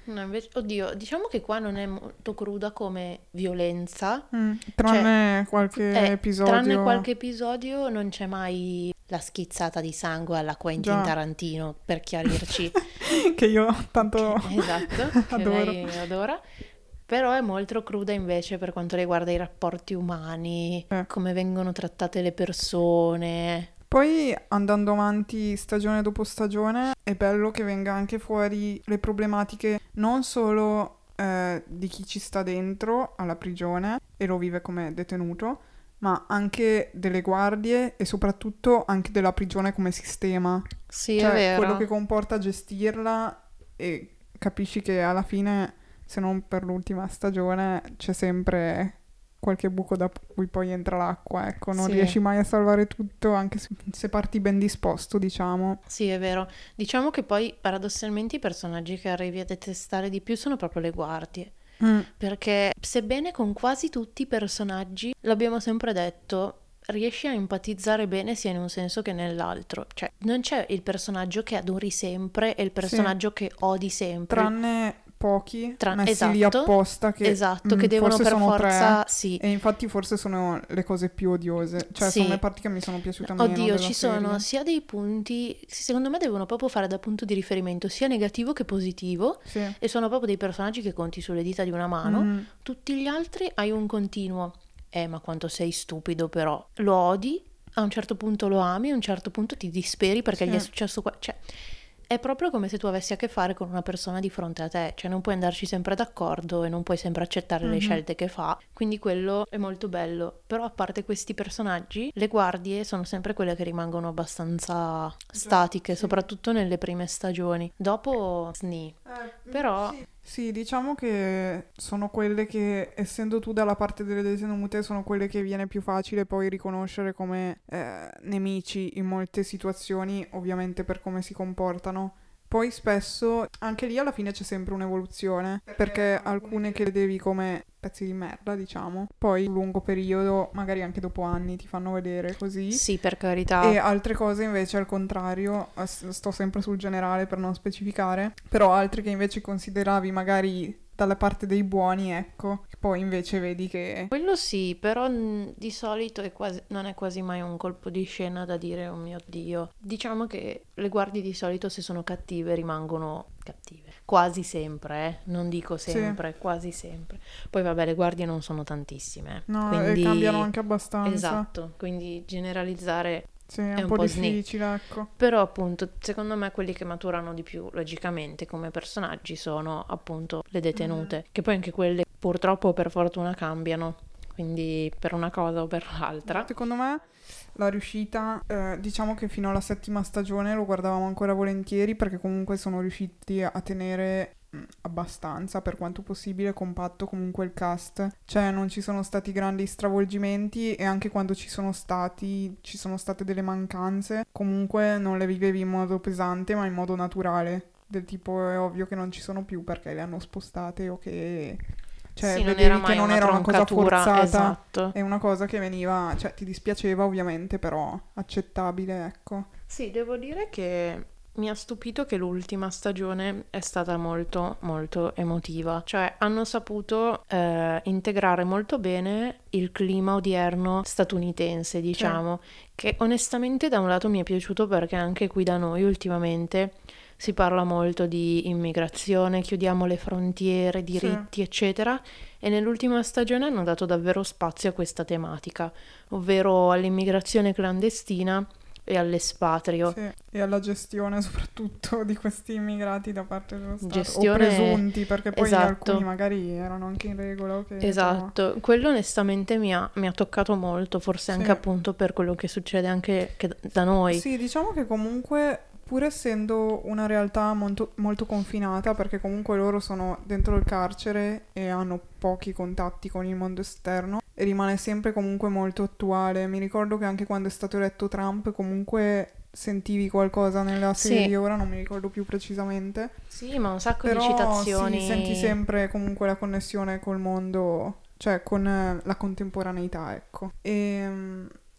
No, invece, oddio, diciamo che qua non è molto cruda come violenza. Mm, Cioè, tranne qualche eh, episodio. tranne qualche episodio non c'è mai la schizzata di sangue alla Quentin Già. Tarantino, per chiarirci. Che io tanto Che- esatto, che adoro. lei adora. Però è molto cruda invece per quanto riguarda i rapporti umani, Eh. come vengono trattate le persone. Poi andando avanti stagione dopo stagione è bello che venga anche fuori le problematiche non solo eh, di chi ci sta dentro alla prigione e lo vive come detenuto, ma anche delle guardie e soprattutto anche della prigione come sistema. Sì, è Cioè vero. quello che comporta gestirla, e capisci che alla fine, se non per l'ultima stagione, c'è sempre qualche buco da cui poi entra l'acqua, ecco, non Sì. riesci mai a salvare tutto, anche se, se parti ben disposto, diciamo. Sì, è vero. Diciamo che poi paradossalmente i personaggi che arrivi a detestare di più sono proprio le guardie. Mm, Perché sebbene con quasi tutti i personaggi, l'abbiamo sempre detto, riesci a empatizzare bene sia in un senso che nell'altro. Cioè, non c'è il personaggio che adori sempre e il personaggio che odi sempre. tranne pochi Tra- messi lì esatto, apposta che, esatto, mm, che devono forse per sono forza... tre, Sì. e infatti forse sono le cose più odiose, cioè Sì. sono le parti che mi sono piaciute meno Oddio, della ci serie. sono sia dei punti, secondo me devono proprio fare da punto di riferimento sia negativo che positivo, Sì. e sono proprio dei personaggi che conti sulle dita di una mano. Mm, Tutti gli altri hai un continuo, eh ma quanto sei stupido però, lo odi, a un certo punto lo ami, a un certo punto ti disperi perché Sì. gli è successo qua, cioè è proprio come se tu avessi a che fare con una persona di fronte a te, cioè non puoi andarci sempre d'accordo e non puoi sempre accettare le Mhm. scelte che fa, quindi quello è molto bello. Però a parte questi personaggi, le guardie sono sempre quelle che rimangono abbastanza statiche, sì. soprattutto nelle prime stagioni. Dopo sni. Però- Sì. Sì, diciamo che sono quelle che, essendo tu dalla parte delle detenute, sono quelle che viene più facile poi riconoscere come eh, nemici in molte situazioni, ovviamente per come si comportano. Poi spesso, anche lì alla fine c'è sempre un'evoluzione, perché alcune che le devi come pezzi di merda, diciamo, poi sul lungo periodo, magari anche dopo anni, ti fanno vedere così. Sì, per carità. E altre cose invece al contrario, eh, s- sto sempre sul generale per non specificare, però altre che invece consideravi magari dalla parte dei buoni, ecco, poi invece vedi che... Quello sì, però mh, di solito è quasi- non è quasi mai un colpo di scena da dire oh mio Dio. Diciamo che le guardie di solito se sono cattive rimangono cattive. Quasi sempre, eh? Non dico Sì. sempre, quasi sempre. Poi vabbè, le guardie non sono tantissime. No, quindi... e cambiano anche abbastanza. Esatto, quindi generalizzare Sì, è, è un un po' po' sni. difficile, ecco. Però appunto, secondo me quelli che maturano di più logicamente come personaggi sono appunto le detenute, che poi anche quelle purtroppo o per fortuna cambiano, quindi per una cosa o per l'altra. Secondo me la riuscita, eh, diciamo che fino alla settima stagione lo guardavamo ancora volentieri perché comunque sono riusciti a tenere mh, abbastanza, per quanto possibile, compatto comunque il cast. Cioè non ci sono stati grandi stravolgimenti e anche quando ci sono stati, ci sono state delle mancanze, comunque non le vivevi in modo pesante ma in modo naturale. Del tipo è ovvio che non ci sono più perché le hanno spostate o che... Cioè, Sì, non vedevi era che mai non una era una cosa troncatura, forzata, esatto. è una cosa che veniva, cioè ti dispiaceva ovviamente, però accettabile, ecco. Sì, devo dire che mi ha stupito che l'ultima stagione è stata molto molto emotiva, cioè hanno saputo eh, integrare molto bene il clima odierno statunitense, diciamo, che onestamente da un lato mi è piaciuto perché anche qui da noi ultimamente si parla molto di immigrazione, chiudiamo le frontiere, diritti, eccetera, e nell'ultima stagione hanno dato davvero spazio a questa tematica, ovvero all'immigrazione clandestina e all'espatrio. Sì, e alla gestione soprattutto di questi immigrati da parte dello Stato. Gestione- O presunti, perché poi esatto. alcuni magari erano anche in regola. ok, però- Esatto, quello onestamente mi ha, mi ha toccato molto, forse anche Sì. appunto per quello che succede anche che da noi. Sì, diciamo che comunque, pur essendo una realtà molto, molto confinata, perché comunque loro sono dentro il carcere e hanno pochi contatti con il mondo esterno, e rimane sempre comunque molto attuale. Mi ricordo che anche quando è stato eletto Trump, comunque sentivi qualcosa nella Sì. serie, ora non mi ricordo più precisamente. Sì, ma un sacco Però di citazioni. sì, senti sempre comunque la connessione col mondo, cioè con eh, la contemporaneità, ecco. E mm,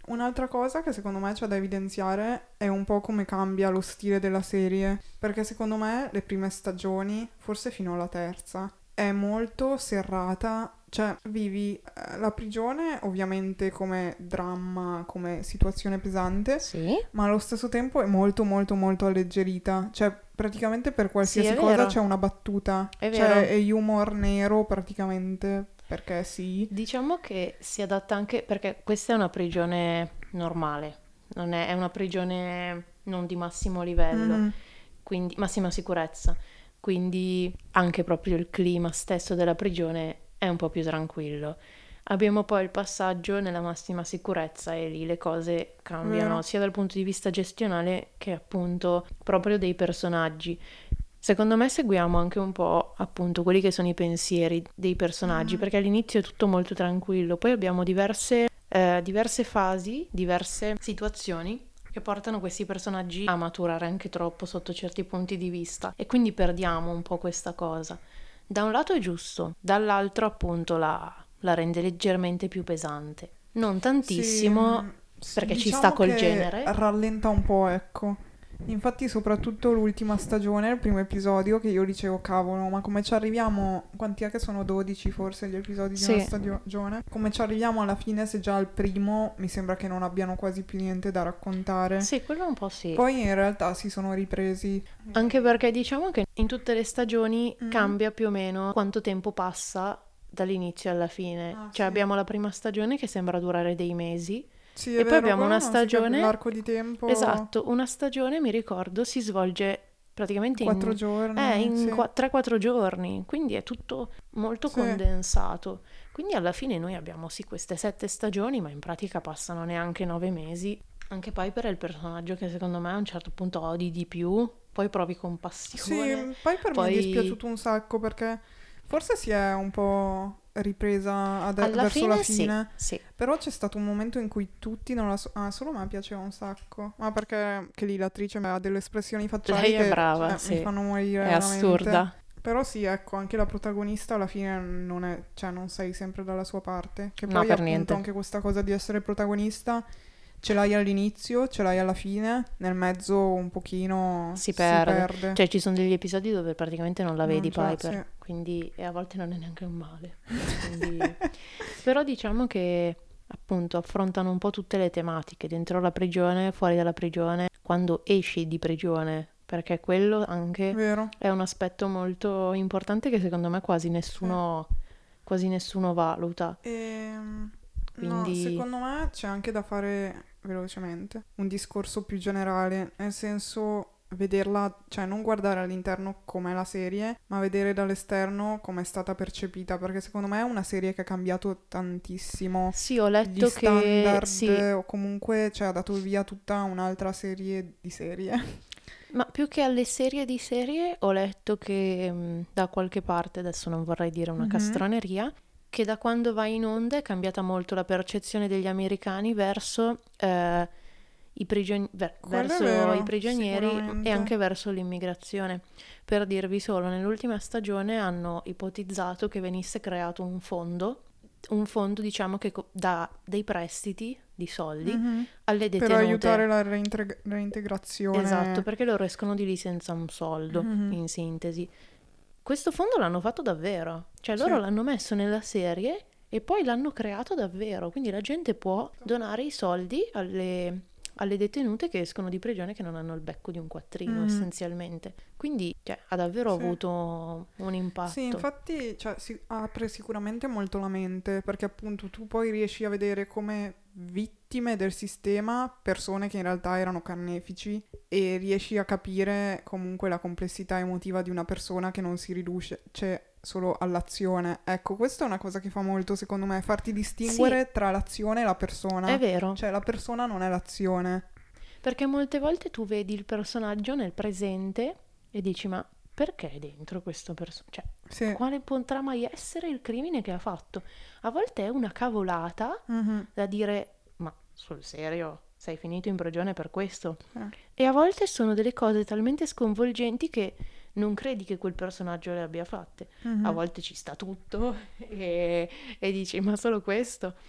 Un'altra cosa che secondo me c'è da evidenziare è un po' come cambia lo stile della serie, perché secondo me le prime stagioni, forse fino alla terza, è molto serrata, cioè vivi eh, la prigione ovviamente come dramma, come situazione pesante, Sì? ma allo stesso tempo è molto molto molto alleggerita, cioè praticamente per qualsiasi Sì, è cosa vero. c'è una battuta, È cioè vero. è humor nero praticamente, perché sì. Diciamo che si adatta anche perché questa è una prigione normale, non è, è una prigione non di massimo livello, Mhm. quindi massima sicurezza, quindi anche proprio il clima stesso della prigione è un po' più tranquillo. Abbiamo poi il passaggio nella massima sicurezza e lì le cose cambiano Vero. sia dal punto di vista gestionale che appunto proprio dei personaggi. Secondo me seguiamo anche un po' appunto quelli che sono i pensieri dei personaggi, Mhm. perché all'inizio è tutto molto tranquillo, poi abbiamo diverse, eh, diverse fasi, diverse situazioni che portano questi personaggi a maturare anche troppo sotto certi punti di vista e quindi perdiamo un po' questa cosa. Da un lato è giusto, dall'altro appunto la, la rende leggermente più pesante. Non Sì, tantissimo, mm, s- perché ci sta diciamo col che genere. rallenta un po', ecco. Infatti, soprattutto l'ultima stagione, il primo episodio, che io dicevo, cavolo, ma come ci arriviamo? Quanti è che sono dodici forse gli episodi di una Sì, stagione? Come ci arriviamo alla fine se già al primo mi sembra che non abbiano quasi più niente da raccontare? sì, quello un po' sì. Poi in realtà si sono ripresi. Anche perché diciamo che in tutte le stagioni Mm? cambia più o meno quanto tempo passa dall'inizio alla fine. Ah, Cioè sì. abbiamo la prima stagione che sembra durare dei mesi Sì, è e poi vero, abbiamo quello una non si capisce. stagione, L'arco di tempo, esatto, una stagione mi ricordo si svolge praticamente quattro in, eh, giorni, in sì. tre quattro giorni, quindi è tutto molto Sì. condensato. Quindi alla fine noi abbiamo sì queste sette stagioni, ma in pratica passano neanche nove mesi. Anche Piper è il personaggio che secondo me a un certo punto odi di più, poi provi compassione, Sì, Piper mi è poi dispiaciuto un sacco perché forse si è un po' ripresa ad- alla verso la fine sì, fine, sì, però c'è stato un momento in cui tutti non la so- ah, solo a me piaceva un sacco, ma perché che lì l'attrice ha delle espressioni facciali lei è che brava, cioè, mi sì, fanno morire è veramente. assurda. Però sì, ecco, anche la protagonista alla fine non è, cioè non sei sempre dalla sua parte, che No, poi per appunto niente. anche questa cosa di essere protagonista ce l'hai all'inizio, ce l'hai alla fine, nel mezzo un pochino Si si perde. perde. Cioè ci sono degli episodi dove praticamente non la Non vedi c'è, sì. Piper, quindi e a volte non è neanche un male. Quindi però diciamo che appunto affrontano un po' tutte le tematiche, dentro la prigione, fuori dalla prigione, quando esci di prigione, perché quello anche Vero? è un aspetto molto importante che secondo me quasi Sì. nessuno quasi nessuno valuta. Ehm, no, Quindi secondo me c'è anche da fare velocemente un discorso più generale, nel senso vederla, cioè non guardare all'interno com'è la serie, ma vedere dall'esterno come è stata percepita, perché secondo me è una serie che ha cambiato tantissimo sì, ho gli letto che standard sì, o comunque cioè, ha dato il via a tutta un'altra serie di serie. ma più che alle serie di serie ho letto che mh, da qualche parte, adesso non vorrei dire una Mhm. castroneria, che da quando va in onda è cambiata molto la percezione degli americani verso, eh, i, prigion- ver- Quello è verso i vero, prigionieri e sicuramente. anche verso l'immigrazione. Per dirvi solo, nell'ultima stagione hanno ipotizzato che venisse creato un fondo, un fondo diciamo che co- dà dei prestiti di soldi Mhm. alle Per aiutare detenute. la reintreg- Esatto, reintegrazione. perché loro escono di lì senza un soldo, Mhm. in sintesi. Questo fondo l'hanno fatto davvero, cioè Sì. loro l'hanno messo nella serie e poi l'hanno creato davvero, quindi la gente può donare i soldi alle, alle detenute che escono di prigione che non hanno il becco di un quattrino, Mhm. essenzialmente. Quindi, cioè, ha davvero Sì. avuto un Sì, impatto. infatti, cioè, si apre sicuramente molto la mente, perché appunto tu poi riesci a vedere come vittime del sistema persone che in realtà erano carnefici e riesci a capire comunque la complessità emotiva di una persona che non si riduce cioè, solo all'azione. Ecco, questa è una cosa che fa molto, secondo me, farti Sì, distinguere tra l'azione e la è persona. vero, Cioè, la persona non è l'azione. perché molte volte tu vedi il personaggio nel presente e dici, ma perché è dentro questo personaggio? Cioè, Sì. quale potrà mai essere il crimine che ha fatto? A volte è una cavolata Mhm. da dire, ma sul serio, sei finito in prigione per questo? Sì. E a volte sono delle cose talmente sconvolgenti che non credi che quel personaggio le abbia fatte. A Mhm. volte ci sta tutto e, e dici, ma solo questo?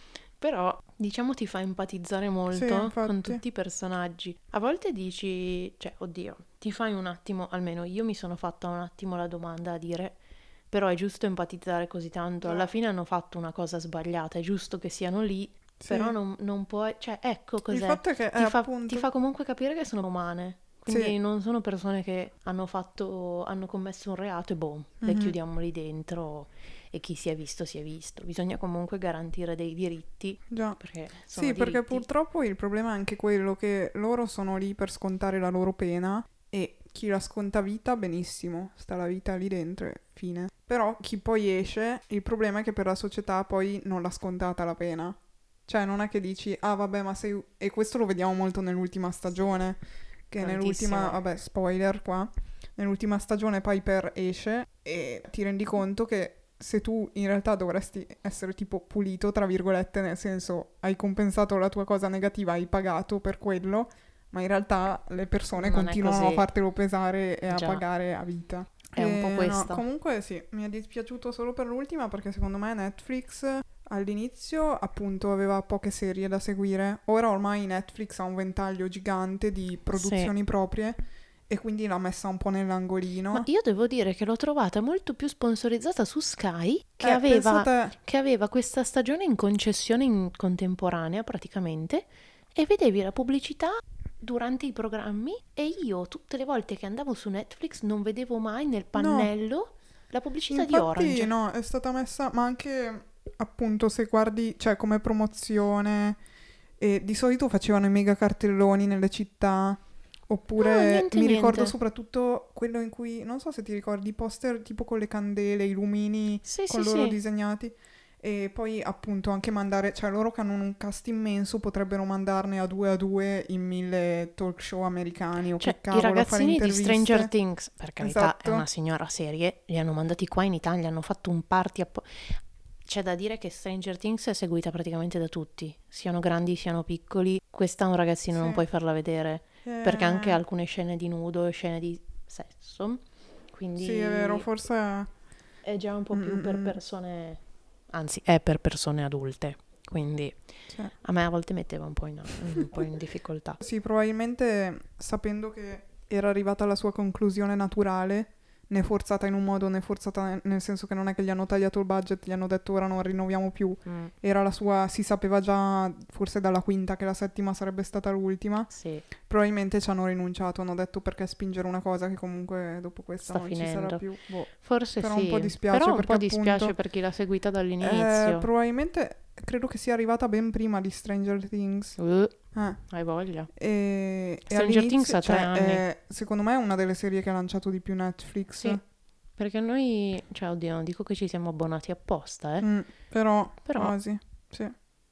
Però, diciamo, ti fa empatizzare Sì, molto con infatti. tutti i personaggi. A volte dici, cioè, oddio, ti fai un attimo, almeno io mi sono fatta un attimo la domanda a dire, però è giusto empatizzare così tanto. Alla Già. fine hanno fatto una cosa sbagliata, è giusto che siano lì, però Sì. non, non puoi, cioè, ecco Il cos'è. fatto è che è Ti fa, appunto... ti fa comunque capire che sono umane. Quindi Sì. non sono persone che hanno fatto, hanno commesso un reato e boh, le Mhm. chiudiamo lì dentro e chi si è visto si è visto. Bisogna comunque garantire dei diritti Già. perché sono Sì, perché diritti. purtroppo il problema è anche quello che loro sono lì per scontare la loro pena e chi la sconta a vita, benissimo, sta la vita lì dentro e fine. Però chi poi esce, il problema è che per la società poi non l'ha scontata la pena. Cioè non è che dici, ah vabbè, ma sei... E questo lo vediamo molto nell'ultima stagione, che nell'ultima, Tantissimo. vabbè, spoiler qua, nell'ultima stagione Piper esce e ti rendi conto che se tu in realtà dovresti essere tipo pulito, tra virgolette, nel senso hai compensato la tua cosa negativa, hai pagato per quello, ma in realtà le persone Non è continuano a così. fartelo pesare e a Già. pagare a vita. È un po' E no, questa. comunque sì, mi è dispiaciuto solo per l'ultima perché secondo me Netflix all'inizio appunto aveva poche serie da seguire, ora ormai Netflix ha un ventaglio gigante di produzioni proprie e quindi l'ha messa un po' nell'angolino. Ma io devo dire che l'ho trovata molto più sponsorizzata su Sky, che, Eh, aveva, pensate, che aveva questa stagione in concessione in contemporanea praticamente, e vedevi la pubblicità durante i programmi e io tutte le volte che andavo su Netflix non vedevo mai nel pannello la pubblicità di infatti Orange. no, è stata messa, ma anche appunto se guardi, cioè come promozione, e di solito facevano i mega cartelloni nelle città, No, oppure niente, mi ricordo niente. soprattutto quello in cui, non so se ti ricordi, i poster tipo con le candele, i lumini Sì, con sì, loro sì. disegnati. E poi appunto anche mandare, cioè loro che hanno un cast immenso potrebbero mandarne a due a due in mille talk show americani o Cioè, che i cavolo, fare ragazzini di interviste. Stranger Things, per carità, è Esatto. una signora serie, li hanno mandati qua in Italia, hanno fatto un party. appo- C'è da dire che Stranger Things è seguita praticamente da tutti, siano grandi, siano piccoli. Questa a un ragazzino non Sì. puoi farla vedere, perché ha anche Eh, alcune scene di nudo e scene di sesso, quindi sì, è vero, forse... è già un po' Mm, più mm, per mm, persone, anzi, è per persone adulte, quindi sì. a me a volte metteva un po' in, un po' in difficoltà. Sì, probabilmente sapendo che era arrivata alla sua conclusione naturale, né forzata in un modo né forzata ne- nel senso che non è che gli hanno tagliato il budget, gli hanno detto ora non rinnoviamo più. Mm, Era la sua, si sapeva già forse dalla quinta che la settima sarebbe stata l'ultima. sì, Probabilmente ci hanno rinunciato, hanno detto perché spingere una cosa che comunque dopo questa sta non ci sarà finendo. più. Boh. Forse Però sì, un po' dispiace però un perché po' dispiace appunto per chi l'ha seguita eh, dall'inizio. probabilmente credo che sia arrivata ben prima di Stranger Things. Uh, Eh. hai voglia. E, e Stranger Things all'inizio, ha tre cioè, anni. è, secondo me è una delle serie che ha lanciato di più Netflix. Sì, perché noi, cioè, oddio, non dico che ci siamo abbonati apposta, eh. Mm, però, Però quasi, sì.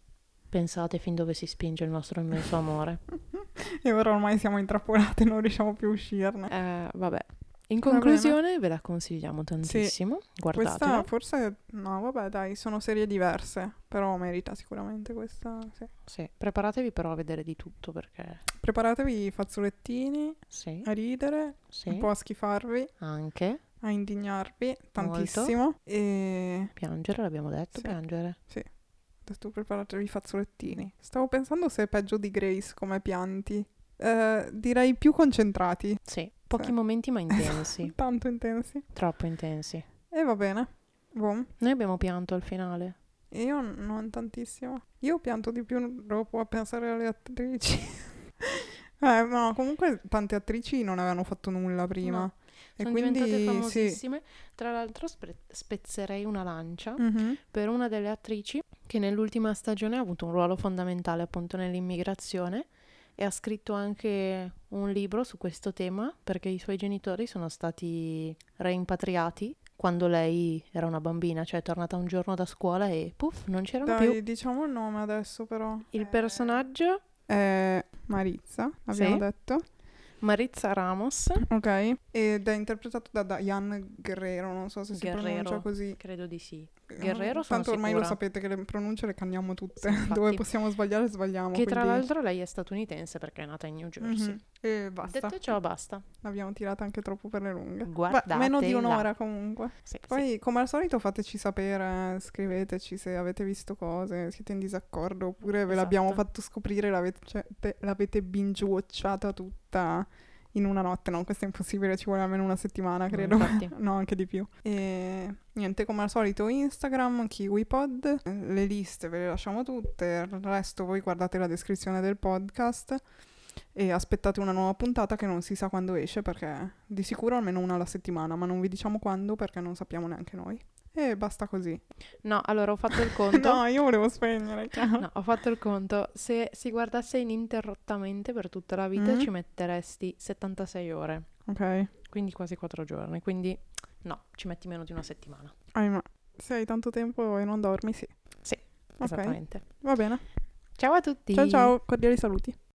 pensate fin dove si spinge il nostro immenso amore. E ora ormai siamo intrappolate, non riusciamo più a uscirne. Eh, vabbè. In Va bene. conclusione ve la consigliamo tantissimo, guardatela. Questa forse, no, vabbè, dai, sono serie diverse, però merita sicuramente questa, sì. Sì, preparatevi però a vedere di tutto perché Preparatevi i fazzolettini, sì, a ridere, sì, un po' a schifarvi, anche a indignarvi tantissimo e... piangere, l'abbiamo detto, Sì. piangere. Sì, adesso preparatevi i fazzolettini. Stavo pensando se è peggio di Grace come pianti. Eh, direi più concentrati. Sì, pochi Sì. momenti ma intensi, Tanto intensi. troppo intensi. E va bene. Boom. Noi abbiamo pianto al finale. Io non tantissimo. Io pianto di più dopo a pensare alle attrici. eh, no, comunque tante attrici non avevano fatto nulla prima. No, E sono quindi diventate sì. famosissime. Tra l'altro spre- spezzerei una lancia Mhm. per una delle attrici che nell'ultima stagione ha avuto un ruolo fondamentale appunto nell'immigrazione e ha scritto anche un libro su questo tema perché i suoi genitori sono stati reimpatriati quando lei era una bambina, cioè è tornata un giorno da scuola e puff, non c'erano Dai, più. diciamo il nome adesso però. Il personaggio, È Marizza, abbiamo sì, detto. Maritza Ramos, Ok. Ed è interpretato da Diane Guerrero, non so se si pronuncia Guerrero, così. credo di sì. Guerrero sono Tanto ormai lo sicura. sapete che le pronunce le canniamo tutte. Sì, infatti. Dove possiamo sbagliare, sbagliamo. Che tra quindi- l'altro lei è statunitense perché è nata in New Jersey. Mhm. E basta. Detto ciò, basta. L'abbiamo tirata anche troppo per le lunghe. Beh, Guardatela. meno di un'ora comunque. Sì, Poi, sì. come al solito, fateci sapere, scriveteci se avete visto cose, siete in disaccordo, oppure ve Esatto. l'abbiamo fatto scoprire, l'avete, cioè, te- l'avete binge-watchata tutta in una notte. No, questo è impossibile, ci vuole almeno una settimana, credo. infatti. No, anche di più. E niente, come al solito, Instagram, KiwiPod, le liste ve le lasciamo tutte, il resto voi guardate la descrizione del podcast. E aspettate una nuova puntata che non si sa quando esce, perché di sicuro almeno una alla settimana, ma non vi diciamo quando perché non sappiamo neanche noi. E basta così. No, allora ho fatto il conto. No, io volevo spegnere. chiaro. No, ho fatto il conto. Se si guardasse ininterrottamente per tutta la vita Mm. ci metteresti settantasei ore, Ok. quindi quasi quattro giorni. Quindi no, ci metti meno di una settimana. Ah, ma se hai tanto tempo e non dormi, sì. Sì, Ok. esattamente. Va bene. Ciao a tutti. Ciao ciao, cordiali saluti.